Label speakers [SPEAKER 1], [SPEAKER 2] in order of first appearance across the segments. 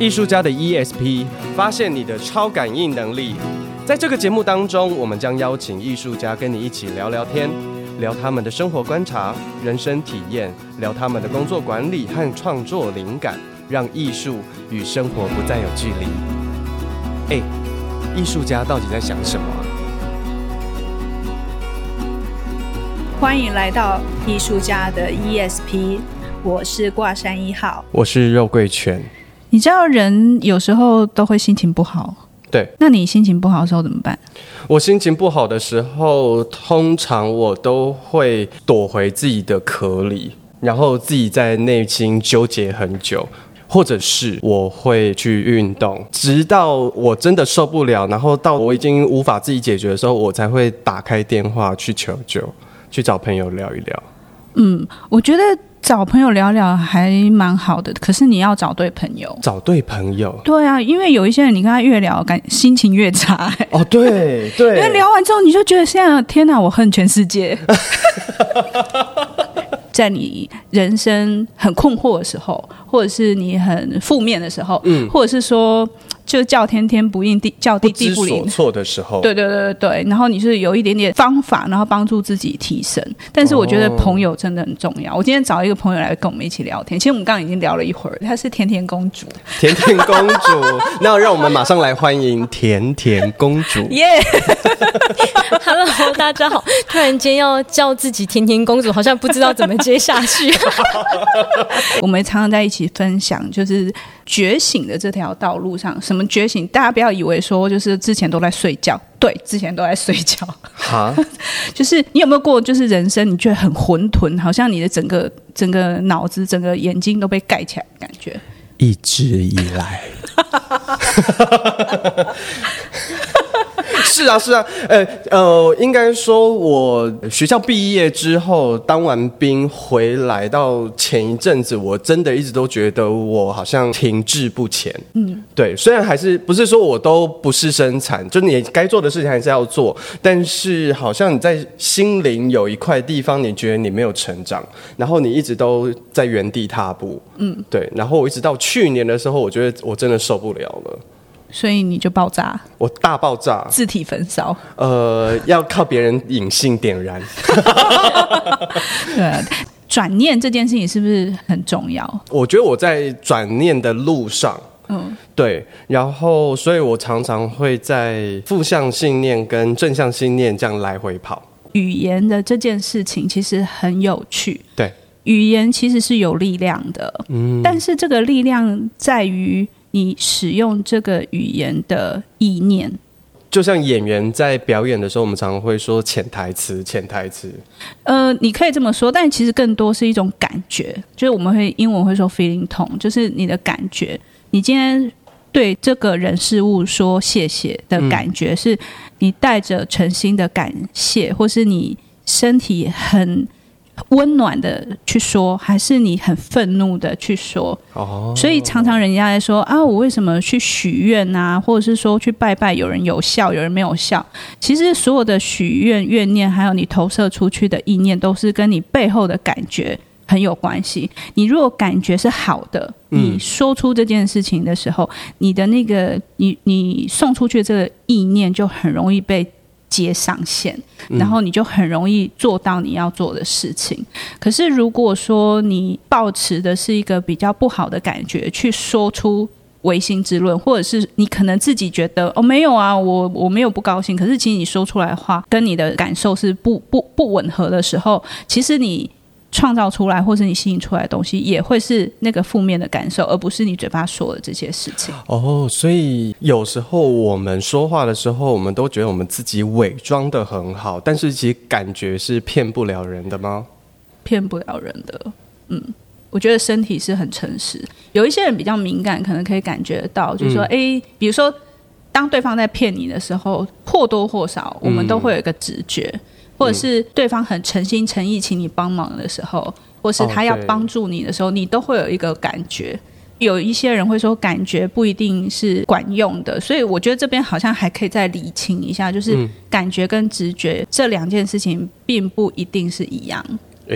[SPEAKER 1] 艺术家的 ESP， 发现你的超感应能力。在这个节目当中，我们将邀请艺术家跟你一起聊聊天，聊他们的生活观察、人生体验，聊他们的工作管理和创作灵感，让艺术与生活不再有距离。艺术家到底在想什么啊？
[SPEAKER 2] 欢迎来到艺术家的 ESP， 我是挂山1号，
[SPEAKER 1] 我是肉桂犬。
[SPEAKER 2] 你知道人有时候都会心情不好，
[SPEAKER 1] 对，
[SPEAKER 2] 那你心情不好的时候怎么办？
[SPEAKER 1] 我心情不好的时候，通常我都会躲回自己的壳里，然后自己在内心纠结很久，或者是我会去运动，直到我真的受不了，然后到我已经无法自己解决的时候，我才会打开电话去求救，去找朋友聊一聊。
[SPEAKER 2] 我觉得找朋友聊聊还蛮好的，可是你要找对朋友。
[SPEAKER 1] 找对朋友？对
[SPEAKER 2] 啊，因为有一些人你跟他越聊，心情越差。
[SPEAKER 1] 哦，对对，
[SPEAKER 2] 因为聊完之后你就觉得现在天哪，我恨全世界。在你人生很困惑的时候，或者是你很负面的时候，或者是说就叫天天不应，叫地地不灵，
[SPEAKER 1] 不知所措的时候，
[SPEAKER 2] 对，然后你是有一点点方法，然后帮助自己提升。但是我觉得朋友真的很重要。我今天找一个朋友来跟我们一起聊天，其实我们刚刚已经聊了一会儿，她是甜甜公主。
[SPEAKER 1] 甜甜公主，那让我们马上来欢迎甜甜公主。
[SPEAKER 3] 耶！Hello， 大家好。突然间要叫自己甜甜公主，好像不知道怎么接下去。
[SPEAKER 2] 我们常常在一起分享，就是觉醒的这条道路上，什么觉醒？大家不要以为说就是之前都在睡觉，对，之前都在睡觉。哈，就是你有没有过，就是人生你觉得很混沌，好像你的整个脑子、整个眼睛都被盖起来的感觉？
[SPEAKER 1] 一直以来。是啊，应该说，我学校毕业之后当完兵回来，到前一阵子，我真的一直都觉得我好像停滞不前。对，虽然还是不是说我都不是生产，就你该做的事情还是要做，但是好像你在心灵有一块地方，你觉得你没有成长，然后你一直都在原地踏步。对，然后我一直到去年的时候，我觉得我真的受不了了。
[SPEAKER 2] 所以你就爆炸？我
[SPEAKER 1] 大爆炸，
[SPEAKER 2] 自体焚烧。
[SPEAKER 1] 要靠别人隐性点燃。
[SPEAKER 2] 对，转念这件事情是不是很重要？
[SPEAKER 1] 我觉得我在转念的路上，对，然后所以我常常会在负向信念跟正向信念这样来回跑。
[SPEAKER 2] 语言的这件事情其实很有趣。
[SPEAKER 1] 对，语
[SPEAKER 2] 言其实是有力量的，但是这个力量在于你使用这个语言的意念。
[SPEAKER 1] 就像演员在表演的时候，我们常常会说潜台词。
[SPEAKER 2] 你可以这么说，但其实更多是一种感觉，就是我们英文会说 feeling tone， 就是你的感觉。你今天对这个人事物说谢谢的感觉，是你带着诚心的感谢，或是你身体很温暖的去说，还是你很愤怒的去说？所以常常人家在说啊，我为什么去许愿啊，或者是说去拜拜，有人有效，有人没有效。其实所有的许愿、怨念，还有你投射出去的意念，都是跟你背后的感觉很有关系。你如果感觉是好的，你说出这件事情的时候，你的那个你送出去的这个意念就很容易被接上线，然后你就很容易做到你要做的事情。可是如果说你抱持的是一个比较不好的感觉去说出违心之论，或者是你可能自己觉得没有啊，我没有不高兴，可是其实你说出来的话跟你的感受是不吻合的时候，其实你创造出来或是你吸引出来的东西也会是那个负面的感受，而不是你嘴巴说的这些事情。
[SPEAKER 1] 所以有时候我们说话的时候，我们都觉得我们自己伪装得很好，但是其实感觉是骗不了人的吗？
[SPEAKER 2] 骗不了人的。我觉得身体是很诚实。有一些人比较敏感，可能可以感觉到，就是说比如说当对方在骗你的时候，或多或少我们都会有一个直觉，或者是对方很诚心诚意请你帮忙的时候，或是他要帮助你的时候，你都会有一个感觉。有一些人会说感觉不一定是管用的，所以我觉得这边好像还可以再理清一下，就是感觉跟直觉这两件事情并不一定是一样。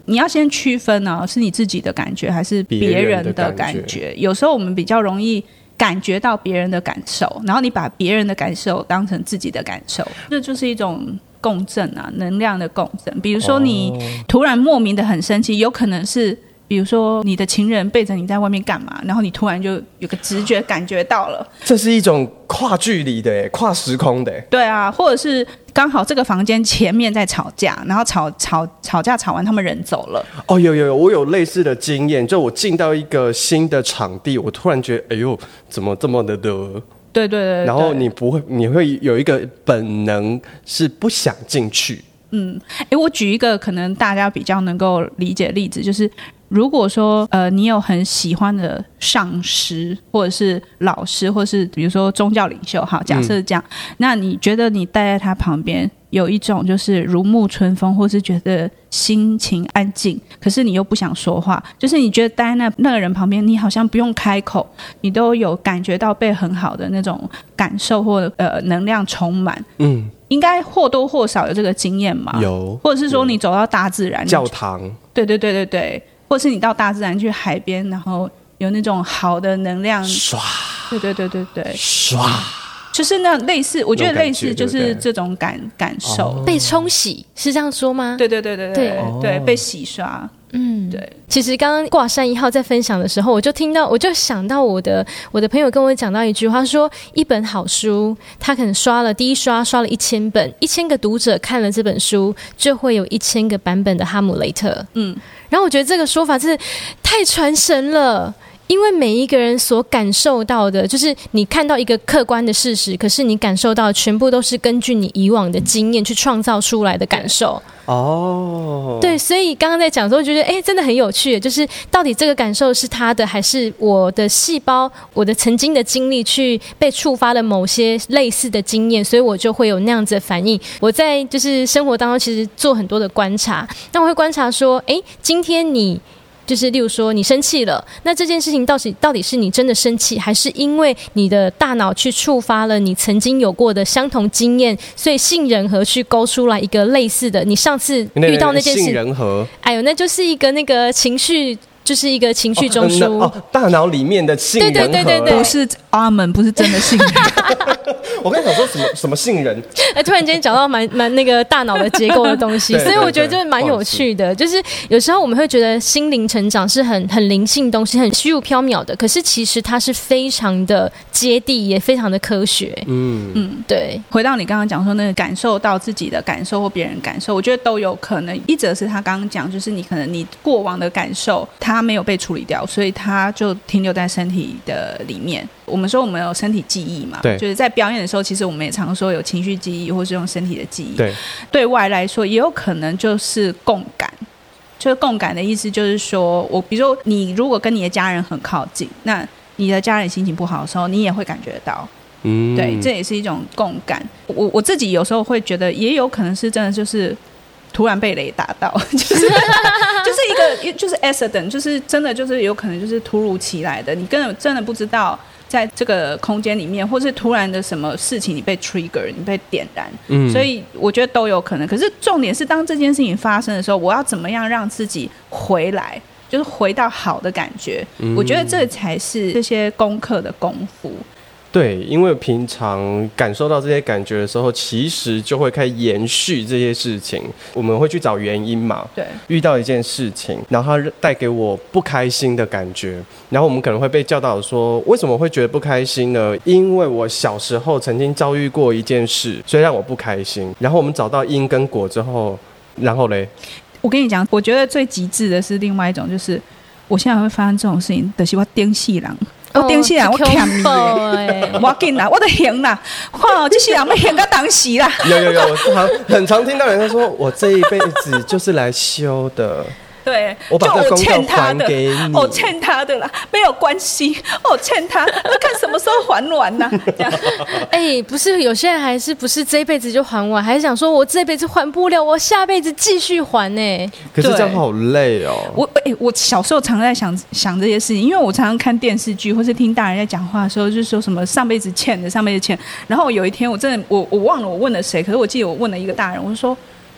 [SPEAKER 2] 你要先区分啊，是你自己的感觉还是别人的感觉。有时候我们比较容易感觉到别人的感受，然后你把别人的感受当成自己的感受，这就是一种共振啊，能量的共振。比如说你突然莫名的很生气，有可能是比如说你的情人背着你在外面干嘛，然后你突然就有个直觉感觉到了，
[SPEAKER 1] 这是一种跨距离的跨时空的。
[SPEAKER 2] 对啊，或者是刚好这个房间前面在吵架，然后吵架吵完他们人走了。
[SPEAKER 1] 哦，有，我有类似的经验，就我进到一个新的场地，我突然觉得哎呦怎么这么的热。
[SPEAKER 2] 对，然
[SPEAKER 1] 后你会有一个本能是不想进去。
[SPEAKER 2] 我举一个可能大家比较能够理解的例子，就是如果说你有很喜欢的上师或者是老师，或是比如说宗教领袖，好，假设这样，那你觉得你待在他旁边有一种就是如沐春风，或是觉得心情安静，可是你又不想说话，就是你觉得待在那个人旁边，你好像不用开口，你都有感觉到被很好的那种感受或能量充满。应该或多或少有这个经验嘛？有，或者是说你走到大自然，
[SPEAKER 1] 教堂，
[SPEAKER 2] 对，或者是你到大自然去海边，然后有那种好的能量，
[SPEAKER 1] 唰，
[SPEAKER 2] 对，
[SPEAKER 1] 唰，
[SPEAKER 2] 就是那类似，我觉得类似就是这种感受，
[SPEAKER 3] 被冲洗是这样说吗？
[SPEAKER 2] 对，被洗刷。对。
[SPEAKER 3] 其实刚刚挂山1号在分享的时候，我就想到我的朋友跟我讲到一句话，说一本好书，他可能第一刷了1000本，1000个读者看了这本书，就会有1000个版本的哈姆雷特。然后我觉得这个说法真的太传神了。因为每一个人所感受到的，就是你看到一个客观的事实，可是你感受到的全部都是根据你以往的经验去创造出来的感受。对，所以刚刚在讲的时候觉得真的很有趣，就是到底这个感受是他的，还是我的细胞，我的曾经的经历去被触发了某些类似的经验，所以我就会有那样子的反应。我在就是生活当中其实做很多的观察，那我会观察说今天你就是例如说你生气了，那这件事情到底是你真的生气，还是因为你的大脑去触发了你曾经有过的相同经验，所以杏仁核去勾出来一个类似的，你上次遇到那件事，
[SPEAKER 1] 杏仁核，
[SPEAKER 3] 那就是一个那个情绪，就是一个情绪中枢，
[SPEAKER 1] 大脑里面的杏仁核，
[SPEAKER 2] 对，不是阿门，不是真的杏仁。
[SPEAKER 1] 我刚才想说什么杏仁，
[SPEAKER 3] 突然间讲到蛮那个大脑的结构的东西，所以我觉得这蛮有趣的。就是有时候我们会觉得心灵成长是很灵性的东西，很虚无缥缈的，可是其实它是非常的接地，也非常的科学。对。
[SPEAKER 2] 回到你刚刚讲说那个感受到自己的感受或别人感受，我觉得都有可能。一则是他刚刚讲，就是你可能你过往的感受它没有被处理掉，所以它就停留在身体的里面。我们说我们有身体记忆嘛，
[SPEAKER 1] 对，
[SPEAKER 2] 就是在表演的时候，其实我们也常说有情绪记忆，或是用身体的记忆。
[SPEAKER 1] 对，
[SPEAKER 2] 对外来说也有可能就是共感。就是共感的意思就是说，比如说你如果跟你的家人很靠近，那你的家人心情不好的时候，你也会感觉到。对，这也是一种共感。我自己有时候会觉得，也有可能是真的就是突然被雷打到，就是一个就是 accident， 就是真的就是有可能就是突如其来的，你根本真的不知道在这个空间里面，或是突然的什么事情你被 trigger， 你被点燃，所以我觉得都有可能。可是重点是当这件事情发生的时候，我要怎么样让自己回来，就是回到好的感觉。我觉得这才是这些功课的功夫。
[SPEAKER 1] 对，因为平常感受到这些感觉的时候，其实就会开始延续这些事情。我们会去找原因嘛？
[SPEAKER 2] 对，
[SPEAKER 1] 遇到一件事情，然后它带给我不开心的感觉，然后我们可能会被教导说，为什么会觉得不开心呢？因为我小时候曾经遭遇过一件事，所以让我不开心。然后我们找到因跟果之后，然后嘞，
[SPEAKER 2] 我跟你讲，我觉得最极致的是另外一种，就是我现在会发生这种事情，就是我顶死人。我顶死人，我欠你的，我紧啦，我都行啦，哇，这些人要行到当时啦。
[SPEAKER 1] 有，很常听到人家说，我这一辈子就是来修的。
[SPEAKER 2] 对，
[SPEAKER 1] 我把这个功课还给你，
[SPEAKER 2] 我欠他的啦，没有关系，我欠他，看什么时候还完呢？这样，
[SPEAKER 3] 不是有些人还是不是这一辈子就还完，还是想说我这一辈子还不了，我下辈子继续还呢？
[SPEAKER 1] 可是这样好累哦。
[SPEAKER 2] 我小时候常在想这些事情，因为我常常看电视剧或是听大人在讲话的时候，就说什么上辈子欠的，上辈子欠。然后有一天我真的我忘了我问了谁，可是我记得我问了一个大人，我就说。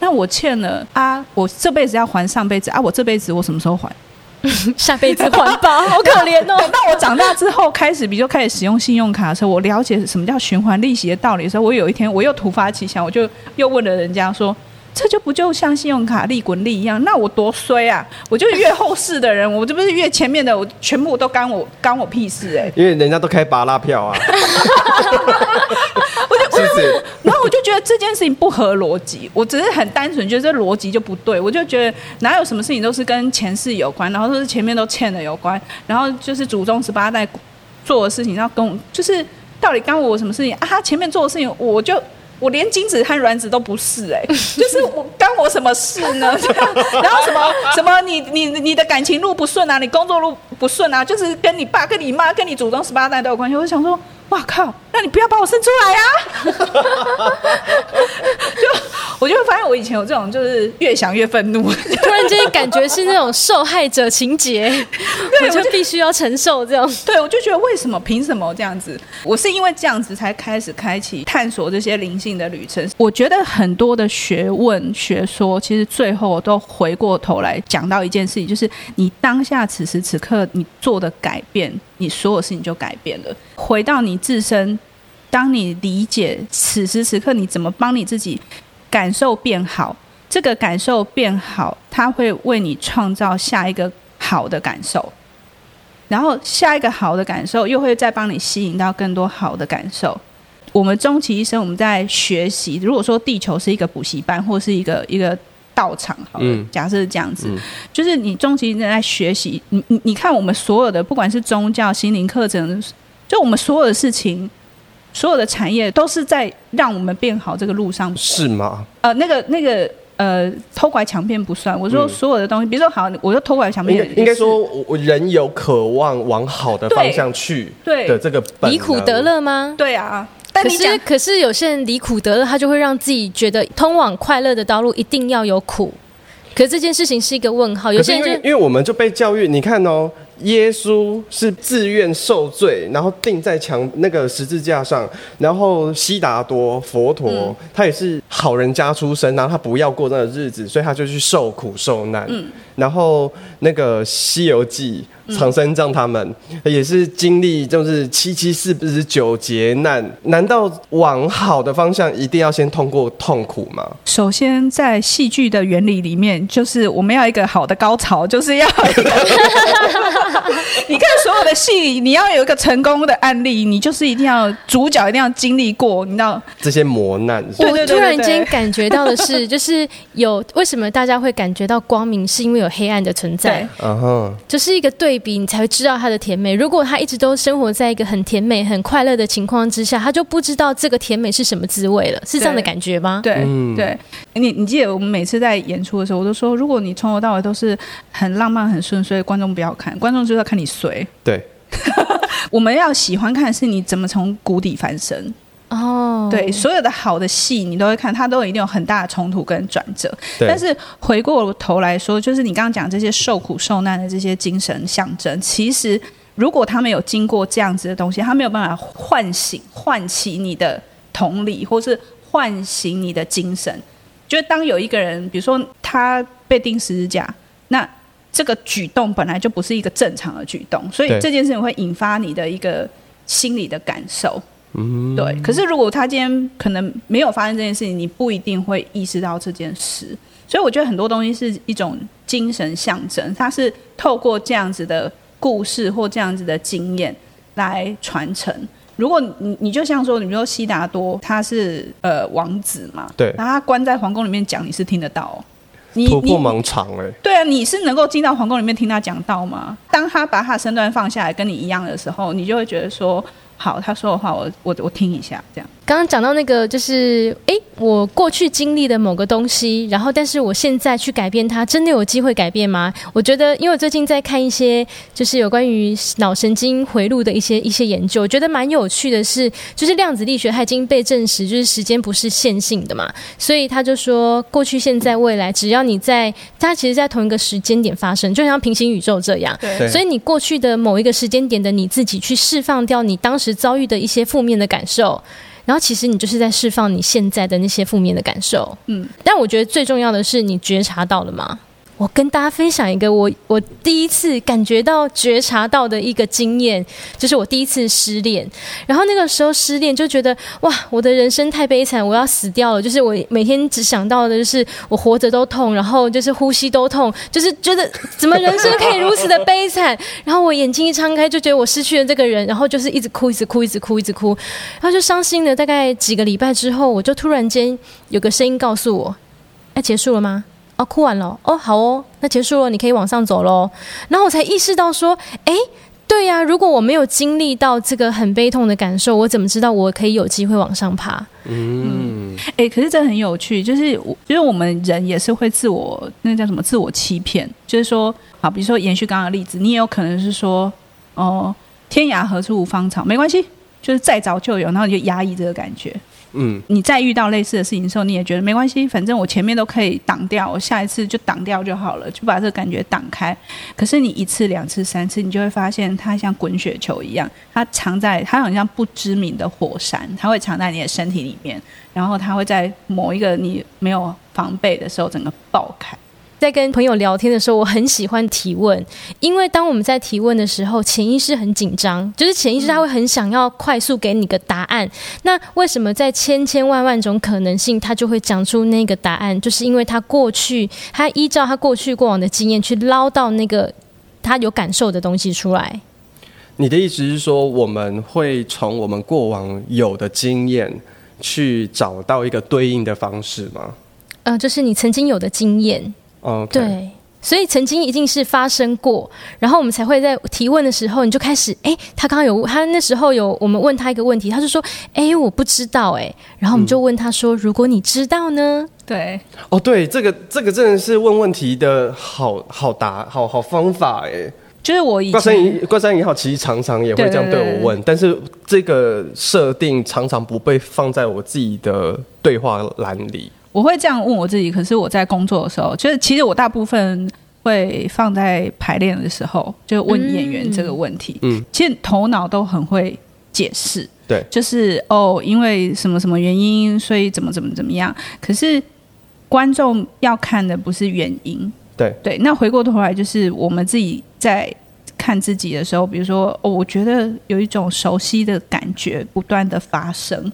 [SPEAKER 2] 那我欠了啊，我这辈子要还上辈子啊，我这辈子我什么时候还？
[SPEAKER 3] 下辈子还吧，好可怜哦。
[SPEAKER 2] 等到我长大之后开始使用信用卡的时候，我了解什么叫循环利息的道理的时候，我有一天我又突发奇想，我就又问了人家说，这就不就像信用卡利滚利一样？那我多衰啊！我就是越后世的人，我这不是越前面的，我全部都干我屁事哎、欸！
[SPEAKER 1] 因为人家都开巴拉票啊，是不是？
[SPEAKER 2] 然后我就觉得这件事情不合逻辑，我只是很单纯觉得这逻辑就不对，我就觉得哪有什么事情都是跟前世有关，然后都是前面都欠的有关，然后就是祖宗18代做的事情，然后跟我就是到底干我什么事情啊？他前面做的事情，我连精子和卵子都不是哎、欸，就是我干我什么事呢？然后什么你的感情路不顺啊，你工作路不顺啊，就是跟你爸、跟你妈、跟你祖宗18代都有关系。我就想说，哇靠，那你不要把我生出来啊！我就会发现我以前有这种，就是越想越愤怒，
[SPEAKER 3] 突然间感觉是那种受害者情节，我就必须要承受这样。
[SPEAKER 2] 对，我就觉得为什么凭什么这样子？我是因为这样子才开始开启探索这些灵性的旅程。我觉得很多的学问学说，其实最后都回过头来讲到一件事情，就是你当下此时此刻你做的改变，你所有事情就改变了。回到你自身，当你理解此时此刻你怎么帮你自己感受变好，这个感受变好，它会为你创造下一个好的感受，然后下一个好的感受又会再帮你吸引到更多好的感受。我们终其一生我们在学习，如果说地球是一个补习班或是一个道场好了，假设是这样子，就是你终其一生在学习。你看我们所有的不管是宗教心灵课程，就我们所有的事情，所有的产业都是在让我们变好这个路上，
[SPEAKER 1] 是吗？
[SPEAKER 2] 偷拐抢骗不算。我说所有的东西，比如说好，我说偷拐抢骗，
[SPEAKER 1] 应该说我人有渴望往好的方向去的这个本能。
[SPEAKER 3] 离苦得乐吗？
[SPEAKER 2] 对啊。
[SPEAKER 3] 可是有些人离苦得乐，他就会让自己觉得通往快乐的道路一定要有苦。可是这件事情是一个问号。有些人就
[SPEAKER 1] 因为我们就被教育，你看哦，耶稣是自愿受罪，然后钉在那个十字架上，然后悉达多佛陀，他也是好人家出身，然后他不要过那个日子，所以他就去受苦受难。然后那个西游记唐三藏他们也是经历就是749劫难，难道往好的方向一定要先通过痛苦吗？
[SPEAKER 2] 首先在戏剧的原理里面，就是我们要一个好的高潮，就是要一个你看所有的戏，你要有一个成功的案例，你就是一定要主角一定要经历过，你知道这
[SPEAKER 1] 些磨难。
[SPEAKER 3] 我突然间感觉到的是，就是为什么大家会感觉到光明，是因为有黑暗的存在。就是一个对比，你才会知道它的甜美。如果他一直都生活在一个很甜美很快乐的情况之下，他就不知道这个甜美是什么滋味了。是这样的感觉吗？
[SPEAKER 2] 对，对。你记得我们每次在演出的时候，我都说，如果你从头到尾都是很浪漫很顺遂，观众不要看，观众就是要看你衰。
[SPEAKER 1] 对。
[SPEAKER 2] 我们要喜欢看的是你怎么从谷底翻身。对，所有的好的戏你都会看，它都一定有很大的冲突跟转折。但是回过头来说，就是你刚刚讲这些受苦受难的这些精神象征，其实如果他们有经过这样子的东西，他没有办法唤起你的同理，或是唤醒你的精神。就是当有一个人，比如说他被钉十字架，那这个举动本来就不是一个正常的举动，所以这件事情会引发你的一个心理的感受。对。可是如果他今天可能没有发生这件事情，你不一定会意识到这件事。所以我觉得很多东西是一种精神象征，它是透过这样子的故事或这样子的经验来传承。如果你就像说，你比如说悉达多，他是王子嘛，
[SPEAKER 1] 对，
[SPEAKER 2] 然后他关在皇宫里面讲，你是听得到
[SPEAKER 1] 突破盲肠
[SPEAKER 2] 对啊，你是能够进到皇宫里面听他讲道吗？当他把他的身段放下来跟你一样的时候，你就会觉得说，好，他说的话我听一下，这样。
[SPEAKER 3] 刚刚讲到那个就是我过去经历的某个东西，然后但是我现在去改变它，真的有机会改变吗？我觉得因为我最近在看一些就是有关于脑神经回路的一些研究，我觉得蛮有趣的是，就是量子力学它已经被证实就是时间不是线性的嘛，所以他就说过去现在未来只要你它其实在同一个时间点发生，就像平行宇宙这样。
[SPEAKER 2] 对。
[SPEAKER 3] 所以你过去的某一个时间点的你自己去释放掉你当时遭遇的一些负面的感受， 然后其实你就是在释放你现在的那些负面的感受。但我觉得最重要的是你觉察到了吗？我跟大家分享一个我第一次感觉到觉察到的一个经验，就是我第一次失恋。然后那个时候失恋就觉得哇，我的人生太悲惨，我要死掉了。就是我每天只想到的就是我活着都痛，然后就是呼吸都痛，就是觉得怎么人生可以如此的悲惨。然后我眼睛一张开就觉得我失去了这个人，然后就是一直哭一直哭一直哭一直哭，然后就伤心了大概几个礼拜之后，我就突然间有个声音告诉我，结束了吗？哦，哭完了哦，好哦，那结束了，你可以往上走咯。然后我才意识到说，对呀，如果我没有经历到这个很悲痛的感受，我怎么知道我可以有机会往上爬？
[SPEAKER 2] 可是这很有趣，就是我们人也是会那个叫什么自我欺骗，就是说，好，比如说延续刚刚的例子，你也有可能是说，天涯何处无芳草，没关系，就是再早就有，然后你就压抑这个感觉。你再遇到类似的事情的时候，你也觉得没关系，反正我前面都可以挡掉，我下一次就挡掉就好了，就把这个感觉挡开。可是你1次2次3次，你就会发现它像滚雪球一样，它好像不知名的火山，它会藏在你的身体里面，然后它会在某一个你没有防备的时候整个爆开。
[SPEAKER 3] 在跟朋友聊天的时候，我很喜欢提问，因为当我们在提问的时候，潜意识很紧张，就是潜意识他会很想要快速给你个答案。那为什么在千千万万种可能性，他就会讲出那个答案？就是因为他依照他过去过往的经验去捞到那个他有感受的东西出来。
[SPEAKER 1] 你的意思是说，我们会从我们过往有的经验去找到一个对应的方式吗？
[SPEAKER 3] 就是你曾经有的经验。
[SPEAKER 1] Okay.
[SPEAKER 3] 对，所以曾经一定是发生过，然后我们才会在提问的时候，你就开始，他那时候我们问他一个问题，他就说，我不知道，然后我们就问他说，如果你知道呢？
[SPEAKER 2] 对，
[SPEAKER 1] 对，这个真的是问问题的好方法
[SPEAKER 2] 就是我以前
[SPEAKER 1] 怪山一号其实常常也会这样对我问，但是这个设定常常不被放在我自己的对话栏里。
[SPEAKER 2] 我会这样问我自己，可是我在工作的时候，就是其实我大部分会放在排练的时候，就问演员这个问题。其实头脑都很会解释，
[SPEAKER 1] 对，
[SPEAKER 2] 就是因为什么什么原因，所以怎么样。可是观众要看的不是原因，对。那回过头来，就是我们自己在看自己的时候，比如说我觉得有一种熟悉的感觉不断的发生，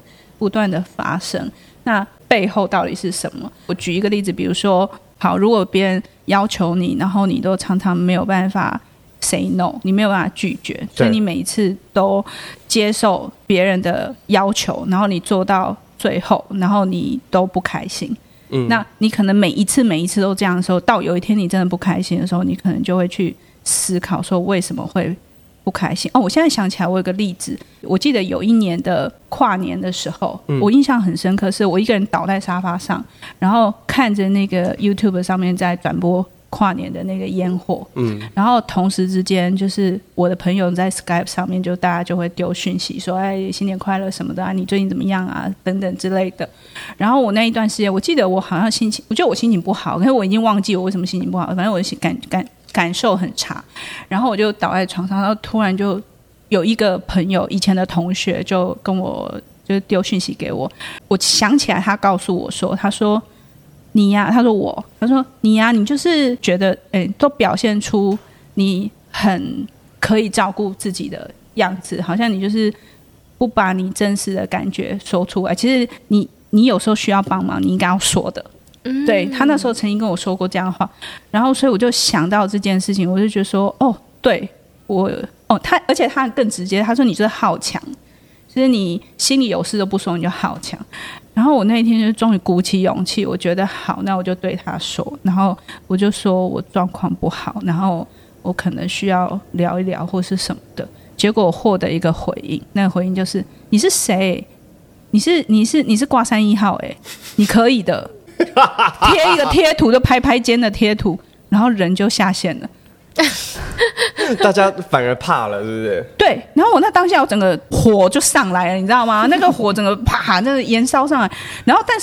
[SPEAKER 2] 那背后到底是什么？我举一个例子，比如说，好，如果别人要求你，然后你都常常没有办法 say no， 你没有办法拒绝，所以你每一次都接受别人的要求，然后你做到最后，然后你都不开心。那你可能每一次都这样的时候，到有一天你真的不开心的时候，你可能就会去思考说为什么会不开心。我现在想起来，我有个例子，我记得有一年的跨年的时候，我印象很深刻，是我一个人倒在沙发上，然后看着那个 YouTube 上面在转播跨年的那个烟火，然后同时之间就是我的朋友在 Skype 上面就大家就会丢讯息说新年快乐什么的啊，你最近怎么样啊等等之类的。然后我那一段时间，我记得我好像我觉得我心情不好，可是我已经忘记我为什么心情不好，反正我的感受很差，然后我就倒在床上，然后突然就有一个朋友以前的同学就跟我就丢讯息给我，我想起来他告诉我说，他说你呀，他说你呀，你就是觉得都表现出你很可以照顾自己的样子，好像你就是不把你真实的感觉说出来，其实你有时候需要帮忙，你应该要说的。对，他那时候曾经跟我说过这样的话，然后所以我就想到这件事情，我就觉得说对而且他更直接，他说你就是好强，就是你心里有事都不说，你就好强。然后我那一天就终于鼓起勇气，我觉得好，那我就对他说，然后我就说我状况不好，然后我可能需要聊一聊或是什么的。结果我获得一个回应，那个回应就是你是谁？你是挂3-1号你可以的。贴一个贴图，就拍肩的贴图，然后人就下线了。
[SPEAKER 1] 大家反而怕了，是不是？
[SPEAKER 2] 对，然后我那当下我整个火就上来了，你知道吗？那个火整个啪，那个燃烧上来。然后，但是我那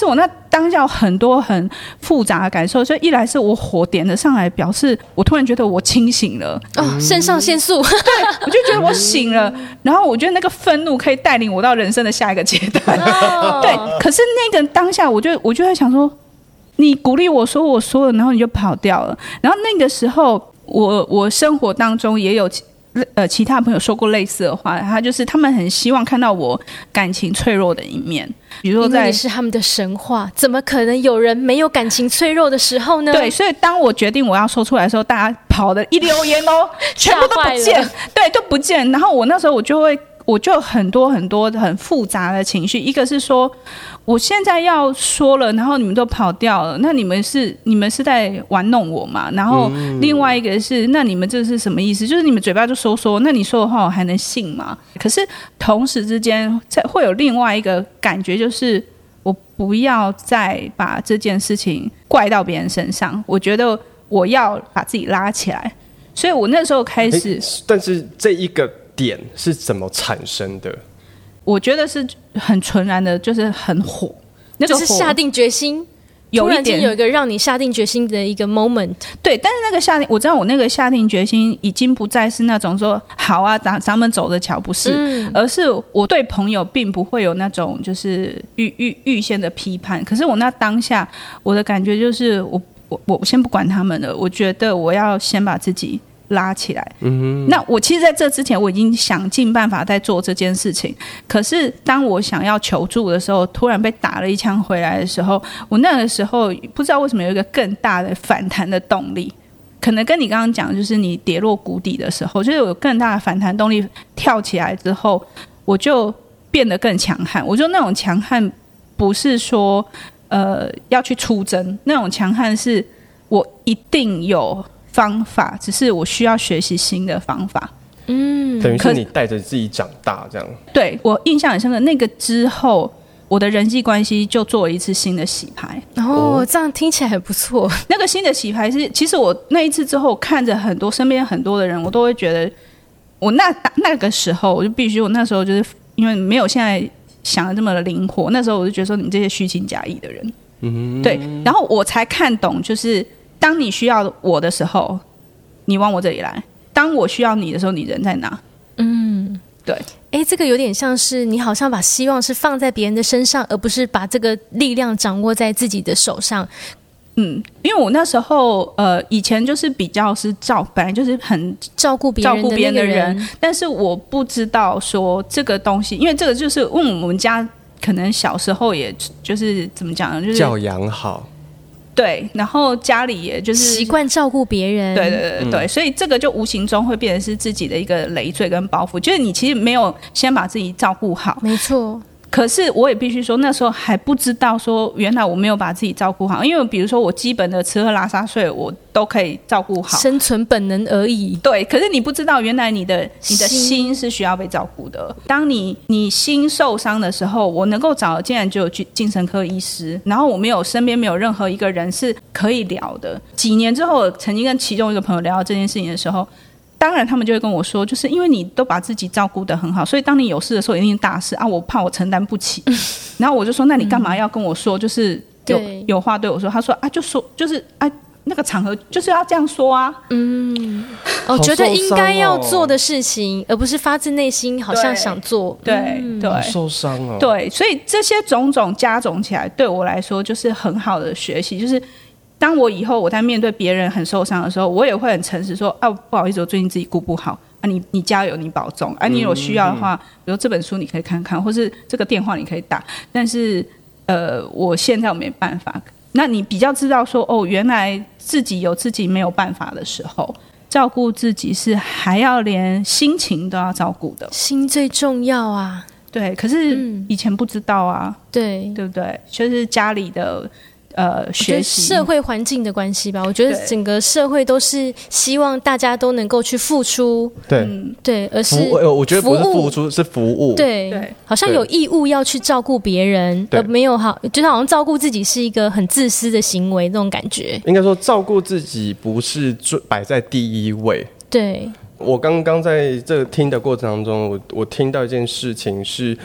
[SPEAKER 2] 当下有很多很复杂的感受，所以一来是我火点了上来，表示我突然觉得我清醒了，
[SPEAKER 3] 肾上腺素，对，
[SPEAKER 2] 我就觉得我醒了，然后我觉得那个愤怒可以带领我到人生的下一个阶段，对。可是那个当下，我就在想说，你鼓励我说我说了，然后你就跑掉了，然后那个时候我生活当中也有。其他朋友说过类似的话，他们很希望看到我感情脆弱的一面，比如说
[SPEAKER 3] 因为你是他们的神话，怎么可能有人没有感情脆弱的时候呢？
[SPEAKER 2] 对，所以当我决定我要说出来的时候，大家跑的一溜烟哦，全部都不见，对，都不见。然后我那时候我就有很多很多很复杂的情绪，一个是说我现在要说了，然后你们都跑掉了，那你们是在玩弄我嘛？然后另外一个是，那你们这是什么意思？就是你们嘴巴就说，那你说的话我还能信吗？可是同时之间会有另外一个感觉，就是我不要再把这件事情怪到别人身上，我觉得我要把自己拉起来，所以我那时候开始。
[SPEAKER 1] 但是这一个点是怎么产生的？
[SPEAKER 2] 我觉得是很纯然的，就是很火，那个火
[SPEAKER 3] 就是下定决心，突然间有一个让你下定决心的一个 moment。
[SPEAKER 2] 对，但是那个下定，我知道我那个下定决心已经不再是那种说好啊，咱们走着瞧，不是，而是我对朋友并不会有那种就是预先的批判。可是我那当下，我的感觉就是我先不管他们了，我觉得我要先把自己拉起来。那我其实在这之前我已经想尽办法在做这件事情，可是当我想要求助的时候，突然被打了一枪回来的时候，我那个时候不知道为什么有一个更大的反弹的动力，可能跟你刚刚讲就是你跌落谷底的时候，就是有更大的反弹动力，跳起来之后我就变得更强悍。我觉得那种强悍不是说要去出征，那种强悍是我一定有方法，只是我需要学习新的方法。
[SPEAKER 1] 等于是你带着自己长大这样。
[SPEAKER 2] 对，我印象很深刻，那个之后我的人际关系就做了一次新的洗牌。
[SPEAKER 3] 这样听起来很不错。
[SPEAKER 2] 那个新的洗牌是，其实我那一次之后看着身边很多的人，我都会觉得我那个时候我就必须，我那时候就是因为没有现在想的这么的灵活，那时候我就觉得说你们这些虚情假意的人，对，然后我才看懂，就是当你需要我的时候，你往我这里来；当我需要你的时候，你人在哪？对。
[SPEAKER 3] 这个有点像是你好像把希望是放在别人的身上，而不是把这个力量掌握在自己的手上。
[SPEAKER 2] 因为我那时候以前就是比较是本来就是很
[SPEAKER 3] 照顾别人的那个人，
[SPEAKER 2] 但是我不知道说这个东西，因为这个就是问我们家可能小时候也就是怎么讲呢，就是
[SPEAKER 1] 教养好。
[SPEAKER 2] 对，然后家里也就是
[SPEAKER 3] 习惯照顾别人，
[SPEAKER 2] 对，所以这个就无形中会变成是自己的一个累赘跟包袱，就是你其实没有先把自己照顾好，
[SPEAKER 3] 没错。
[SPEAKER 2] 可是我也必须说，那时候还不知道说，原来我没有把自己照顾好，因为比如说我基本的吃喝拉撒睡我都可以照顾好，
[SPEAKER 3] 生存本能而已。
[SPEAKER 2] 对，可是你不知道，原来你的心是需要被照顾的。当你心受伤的时候，我能够找的竟然只有精神科医师，然后我身边没有任何一个人是可以聊的。几年之后，曾经跟其中一个朋友聊到这件事情的时候，当然他们就会跟我说，就是因为你都把自己照顾得很好，所以当你有事的时候一定是大事啊，我怕我承担不起。然后我就说，那你干嘛要跟我说，就是有话对我说？他说啊，就说就是啊，那个场合就是要这样说啊。
[SPEAKER 3] 觉得应该要做的事情，而不是发自内心好像想做。
[SPEAKER 2] 对，
[SPEAKER 1] 好受伤哦。
[SPEAKER 2] 对，所以这些种种加总起来，对我来说就是很好的学习，就是当我以后我在面对别人很受伤的时候，我也会很诚实说啊，不好意思，我最近自己顾不好啊，你加油，你保重啊，你有需要的话，比如这本书你可以看看，或是这个电话你可以打，但是我现在我没办法。那你比较知道说原来自己有自己没有办法的时候，照顾自己是还要连心情都要照顾的，
[SPEAKER 3] 心最重要啊。
[SPEAKER 2] 对，可是以前不知道啊，
[SPEAKER 3] 对
[SPEAKER 2] 不对？就是家里的学习
[SPEAKER 3] 社会环境的关系吧，我觉得整个社会都是希望大家都能够去付出，对，而是
[SPEAKER 1] 我觉得不是付出，是服务，
[SPEAKER 3] 对，好像有义务要去照顾别人，而没有就是好像照顾自己是一个很自私的行为，那种感觉。
[SPEAKER 1] 应该说照顾自己不是摆在第一位。
[SPEAKER 3] 对，
[SPEAKER 1] 我刚刚在这听的过程当中，我听到一件事情是，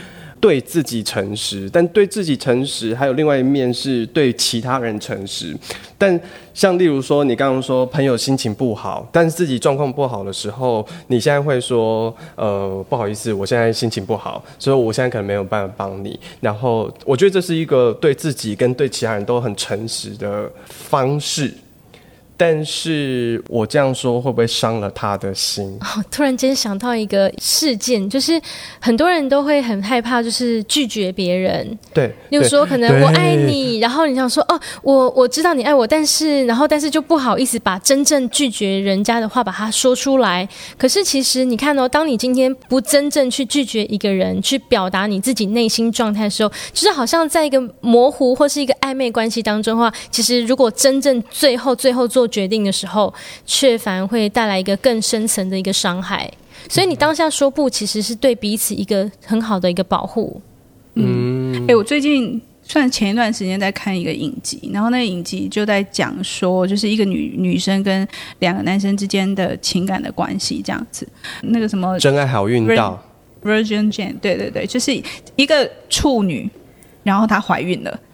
[SPEAKER 1] 对自己诚实，但对自己诚实还有另外一面是对其他人诚实。但像例如说你刚刚说朋友心情不好，但是自己状况不好的时候，你现在会说不好意思，我现在心情不好，所以我现在可能没有办法帮你。然后我觉得这是一个对自己跟对其他人都很诚实的方式。但是我这样说会不会伤了他的心？
[SPEAKER 3] 突然间想到一个事件，就是很多人都会很害怕，就是拒绝别人。
[SPEAKER 1] 对，
[SPEAKER 3] 例如说可能我爱你，然后你想说我知道你爱我，但是就不好意思把真正拒绝人家的话把它说出来。可是其实你看当你今天不真正去拒绝一个人，去表达你自己内心状态的时候，就是好像在一个模糊或是一个暧昧关系当中的话，其实如果真正最后做决定的时候，却反而会带来一个更深层的一个伤害。所以你当下说不，其实是对彼此一个很好的一个保护。
[SPEAKER 2] 我最近算前一段时间在看一个影集，然后那个影集就在讲说，就是一个女生跟两个男生之间的情感的关系这样子。那个什么
[SPEAKER 1] 真爱好运道
[SPEAKER 2] Virgin Jane， 对，就是一个处女，然后她怀孕了。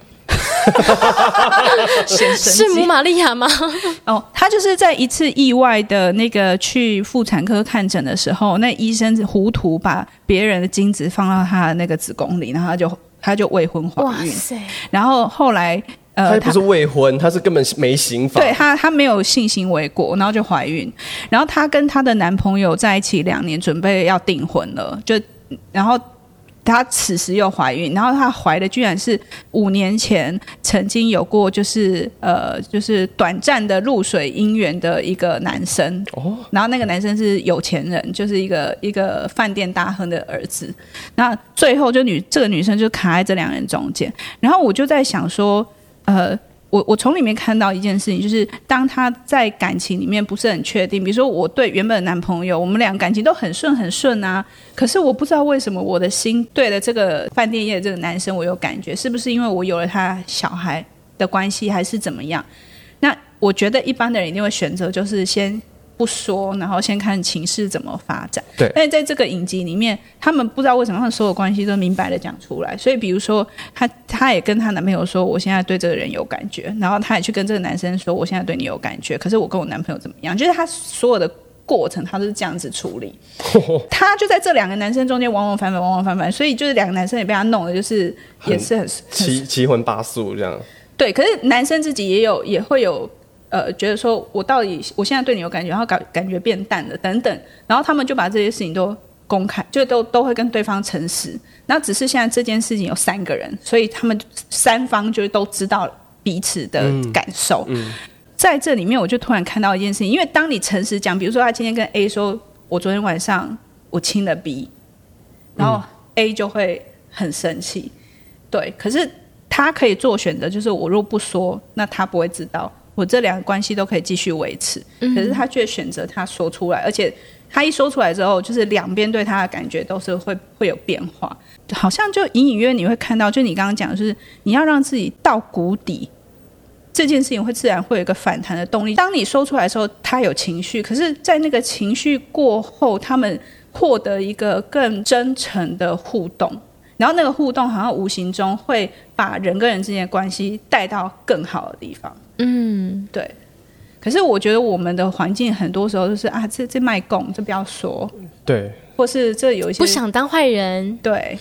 [SPEAKER 3] 是母玛利亚吗？
[SPEAKER 2] 她就是在一次意外的那个去妇产科看诊的时候，那医生糊涂把别人的精子放到她的那个子宫里，然后她就未婚怀孕。然后后来
[SPEAKER 1] 她不是未婚，她是根本没刑法。
[SPEAKER 2] 对，她没有性行为过，然后就怀孕。然后她跟她的男朋友在一起2年，准备要订婚了，然后她此时又怀孕，然后她怀的居然是5年前曾经有过就是短暂的露水姻缘的一个男生。然后那个男生是有钱人，就是一个饭店大亨的儿子。那最后这个女生就卡在这2人中间。然后我就在想说我从里面看到一件事情，就是当他在感情里面不是很确定，比如说我对原本的男朋友，我们俩感情都很顺啊，可是我不知道为什么我的心对了这个饭店业的这个男生我有感觉，是不是因为我有了他小孩的关系，还是怎么样？那我觉得一般的人一定会选择就是先不说，然后先看情势怎么发展。
[SPEAKER 1] 对，
[SPEAKER 2] 但是在这个影集里面，他们不知道为什么他们所有关系都明白的讲出来。所以比如说她也跟她男朋友说我现在对这个人有感觉，然后她也去跟这个男生说我现在对你有感觉，可是我跟我男朋友怎么样，就是她所有的过程她都是这样子处理。她就在这2个男生中间往往返返，所以就是2个男生也被她弄的就是也是很
[SPEAKER 1] 七荤八素这样。对，
[SPEAKER 2] 可是男生自己也会有觉得说我现在对你有感觉，然后感觉变淡了等等，然后他们就把这些事情都公开，就都会跟对方诚实。那只是现在这件事情有3个人，所以他们3方就都知道彼此的感受。在这里面我就突然看到一件事情，因为当你诚实讲，比如说他今天跟 A 说我昨天晚上我亲了 B， 然后 A 就会很生气。对，可是他可以做选择，就是我若不说，那他不会知道，我这2个关系都可以继续维持。可是他却选择他说出来，而且他一说出来之后，就是2边对他的感觉都是会有变化，好像就隐隐约你会看到，就你刚刚讲的就是你要让自己到谷底，这件事情会自然会有一个反弹的动力。当你说出来的时候，他有情绪，可是在那个情绪过后，他们获得一个更真诚的互动，然后那个互动好像无形中会把人跟人之间的关系带到更好的地方。对。可是我觉得我们的环境很多时候就是这卖供，这不要说，
[SPEAKER 1] 对，
[SPEAKER 2] 或是这有一些
[SPEAKER 3] 不想当坏人，
[SPEAKER 2] 对，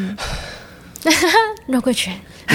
[SPEAKER 3] 肉桂犬。
[SPEAKER 1] 我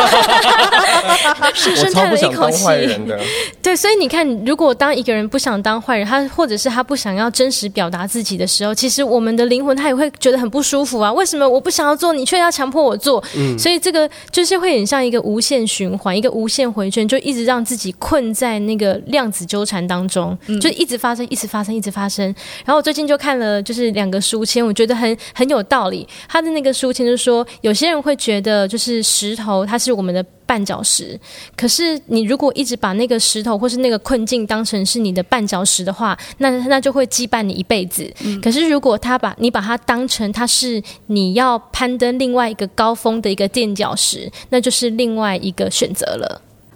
[SPEAKER 1] 超不想当坏人的。
[SPEAKER 3] 对，所以你看，如果当一个人不想当坏人，他或者是他不想要真实表达自己的时候，其实我们的灵魂他也会觉得很不舒服啊。为什么我不想要做，你却要强迫我做？所以这个就是会很像一个无限循环，一个无限回圈，就一直让自己困在那个量子纠缠当中，就一直发生，一直发生，一直发生。然后我最近就看了就是2个书签，我觉得很有道理。他的那个书签就是说，有些人会觉得就是石头它是我们的绊脚石，可是你如果一直把那个石头或是那个困境当成是你的绊脚石的话，那就会羁绊你一辈子。可是如果你把它当成它是你要攀登另外一个高峰的一个垫脚石，那就是另外一个选择了。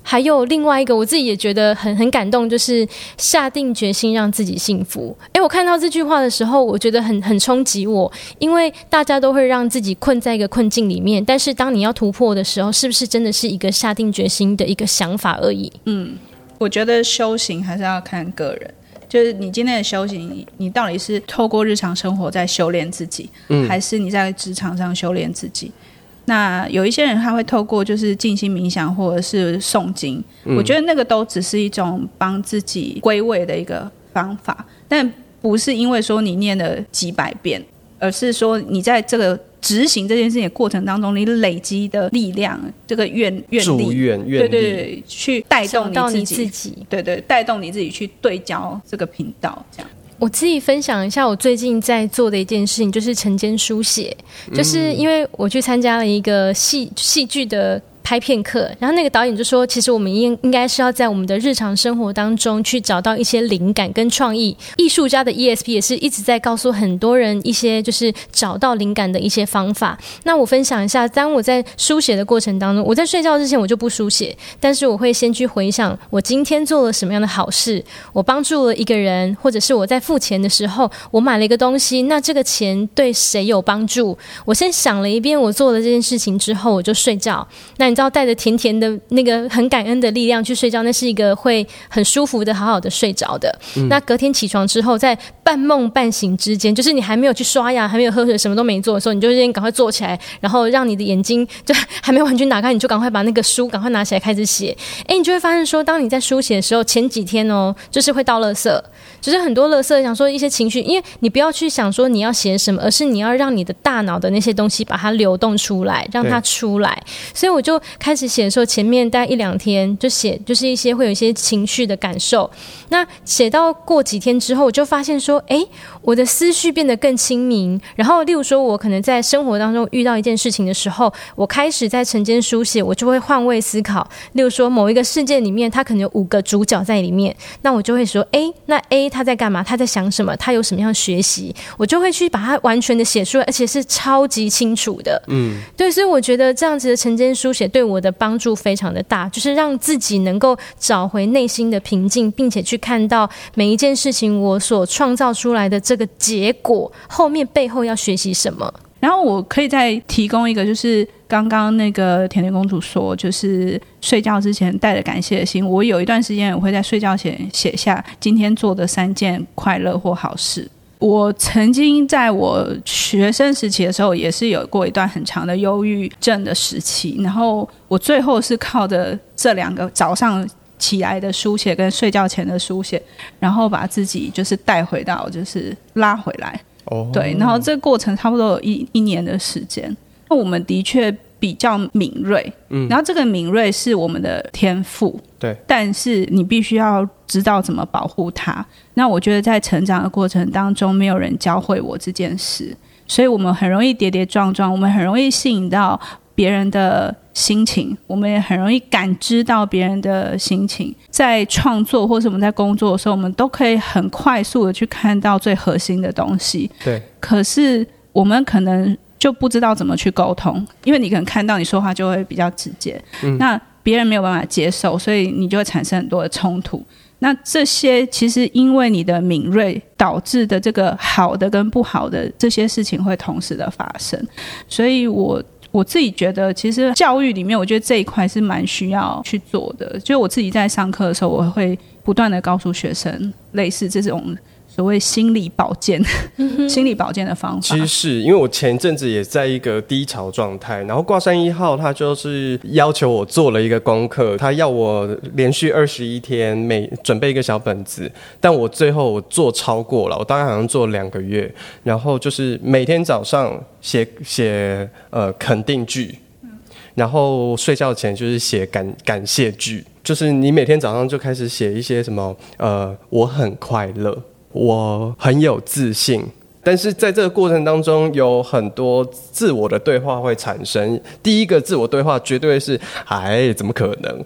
[SPEAKER 3] 还有另外一个我自己也觉得很感动，就是下定决心让自己幸福。我看到这句话的时候，我觉得很冲击我，因为大家都会让自己困在一个困境里面，但是当你要突破的时候，是不是真的是一个下定决心的一个想法而已？
[SPEAKER 2] 我觉得修行还是要看个人，就是你今天的修行，你到底是透过日常生活在修炼自己，还是你在职场上修炼自己？那有一些人他会透过就是静心冥想或者是诵经，我觉得那个都只是一种帮自己归位的一个方法，但不是因为说你念了几百遍，而是说你在这个执行这件事情的过程当中，你累积的力量，这个愿力，对，去带动你自己，对，带动你自己去对焦这个频道，这样。
[SPEAKER 3] 我自己分享一下我最近在做的一件事情，就是晨间书写。就是因为我去参加了一个戏剧的拍片课，然后那个导演就说，其实我们应该是要在我们的日常生活当中去找到一些灵感跟创意。艺术家的 ESP 也是一直在告诉很多人一些就是找到灵感的一些方法。那我分享一下，当我在书写的过程当中，我在睡觉之前我就不书写，但是我会先去回想我今天做了什么样的好事，我帮助了一个人，或者是我在付钱的时候我买了一个东西，那这个钱对谁有帮助。我先想了一遍我做了这件事情之后，我就睡觉。那你知道带着甜甜的那个很感恩的力量去睡觉，那是一个会很舒服的好好的睡着的。那隔天起床之后，在半梦半醒之间，就是你还没有去刷牙，还没有喝水，什么都没做的时候，你就先赶快坐起来，然后让你的眼睛就还没完全打开，你就赶快把那个书赶快拿起来开始写。你就会发现说，当你在书写的时候，前几天就是会倒垃圾，就是很多垃圾，想说一些情绪，因为你不要去想说你要写什么，而是你要让你的大脑的那些东西把它流动出来，让它出来。所以我就开始写的时候，前面大概1-2天就写，就是会有一些情绪的感受。那写到过几天之后，我就发现说，我的思绪变得更清明。然后例如说我可能在生活当中遇到一件事情的时候，我开始在晨间书写，我就会换位思考。例如说某一个事件里面，它可能有5个主角在里面，那我就会说，那 A 他在干嘛，他在想什么，他有什么样的学习，我就会去把它完全的写出来，而且是超级清楚的。对，所以我觉得这样子的晨间书写对我的帮助非常的大，就是让自己能够找回内心的平静，并且去看到每一件事情我所创造出来的这个结果后面背后要学习什么。
[SPEAKER 2] 然后我可以再提供一个，就是刚刚那个甜甜公主说，就是睡觉之前带着感谢的心。我有一段时间我会在睡觉前写下今天做的3件快乐或好事。我曾经在我学生时期的时候，也是有过一段很长的忧郁症的时期，然后我最后是靠着这2个早上起来的书写跟睡觉前的书写，然后把自己就是带回到，就是拉回来。对，然后这个过程差不多有一年的时间。那我们的确比较敏锐，然后这个敏锐是我们的天赋，
[SPEAKER 1] 对，
[SPEAKER 2] 但是你必须要知道怎么保护它。那我觉得在成长的过程当中，没有人教会我这件事，所以我们很容易跌跌撞撞，我们很容易吸引到别人的心情，我们也很容易感知到别人的心情。在创作或是我们在工作的时候，我们都可以很快速的去看到最核心的东西，
[SPEAKER 1] 对。
[SPEAKER 2] 可是我们可能就不知道怎么去沟通，因为你可能看到你说话就会比较直接，那别人没有办法接受，所以你就会产生很多的冲突。那这些其实因为你的敏锐导致的这个好的跟不好的这些事情会同时的发生，所以我自己觉得其实教育里面我觉得这一块是蛮需要去做的。就我自己在上课的时候，我会不断的告诉学生类似这种所谓心理保健心理保健的方法。
[SPEAKER 1] 其实是因为我前阵子也在一个低潮状态，然后挂山1号他就是要求我做了一个功课，他要我连续21天每准备一个小本子，但我最后我做超过了，我大概好像做2个月，然后就是每天早上写肯定句，然后睡觉前就是写感谢句，就是你每天早上就开始写一些什么我很快乐，我很有自信。但是在这个过程当中有很多自我的对话会产生。第一个自我对话绝对是怎么可能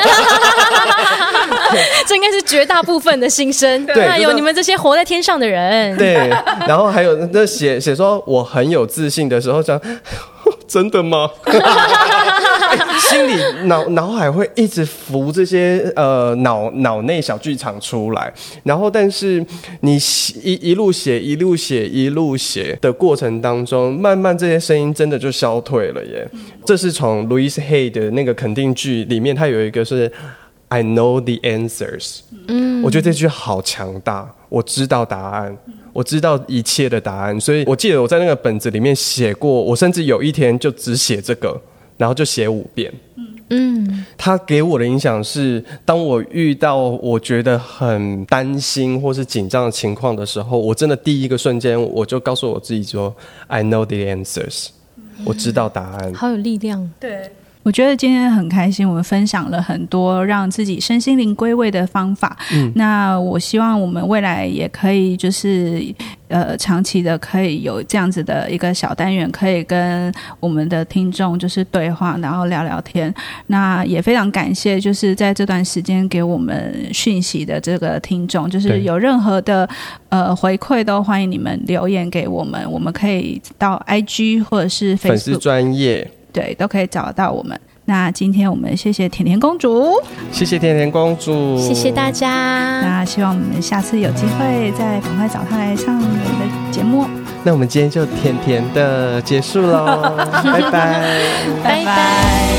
[SPEAKER 3] 这应该是绝大部分的心声。对，有你们这些活在天上的人。
[SPEAKER 1] 对，然后还有那写说我很有自信的时候，讲真的吗心里脑海会一直浮这些脑内小剧场出来，然后但是你一路写的过程当中，慢慢这些声音真的就消退了耶。这是从 Louise Hay 的那个肯定句里面，它有一个是 I know the answers， 我觉得这句好强大，我知道答案，我知道一切的答案。所以我记得我在那个本子里面写过，我甚至有一天就只写这个，然后就写5遍。它给我的影响是，当我遇到我觉得很担心或是紧张的情况的时候，我真的第一个瞬间我就告诉我自己说 I know the answers， 我知道答案。
[SPEAKER 3] 好有力量。
[SPEAKER 2] 对，我觉得今天很开心，我们分享了很多让自己身心灵归位的方法。那我希望我们未来也可以就是长期的可以有这样子的一个小单元，可以跟我们的听众就是对话，然后聊聊天。那也非常感谢就是在这段时间给我们讯息的这个听众，就是有任何的回馈都欢迎你们留言给我们，我们可以到 IG 或者是 Facebook
[SPEAKER 1] 粉丝专页，
[SPEAKER 2] 对，都可以找到我们。那今天我们谢谢甜甜公主，
[SPEAKER 1] 谢谢甜甜公主，
[SPEAKER 3] 谢谢大家。
[SPEAKER 2] 那希望我们下次有机会再赶快找她来上我们的节目。
[SPEAKER 1] 那我们今天就甜甜的结束咯拜拜
[SPEAKER 3] 拜拜。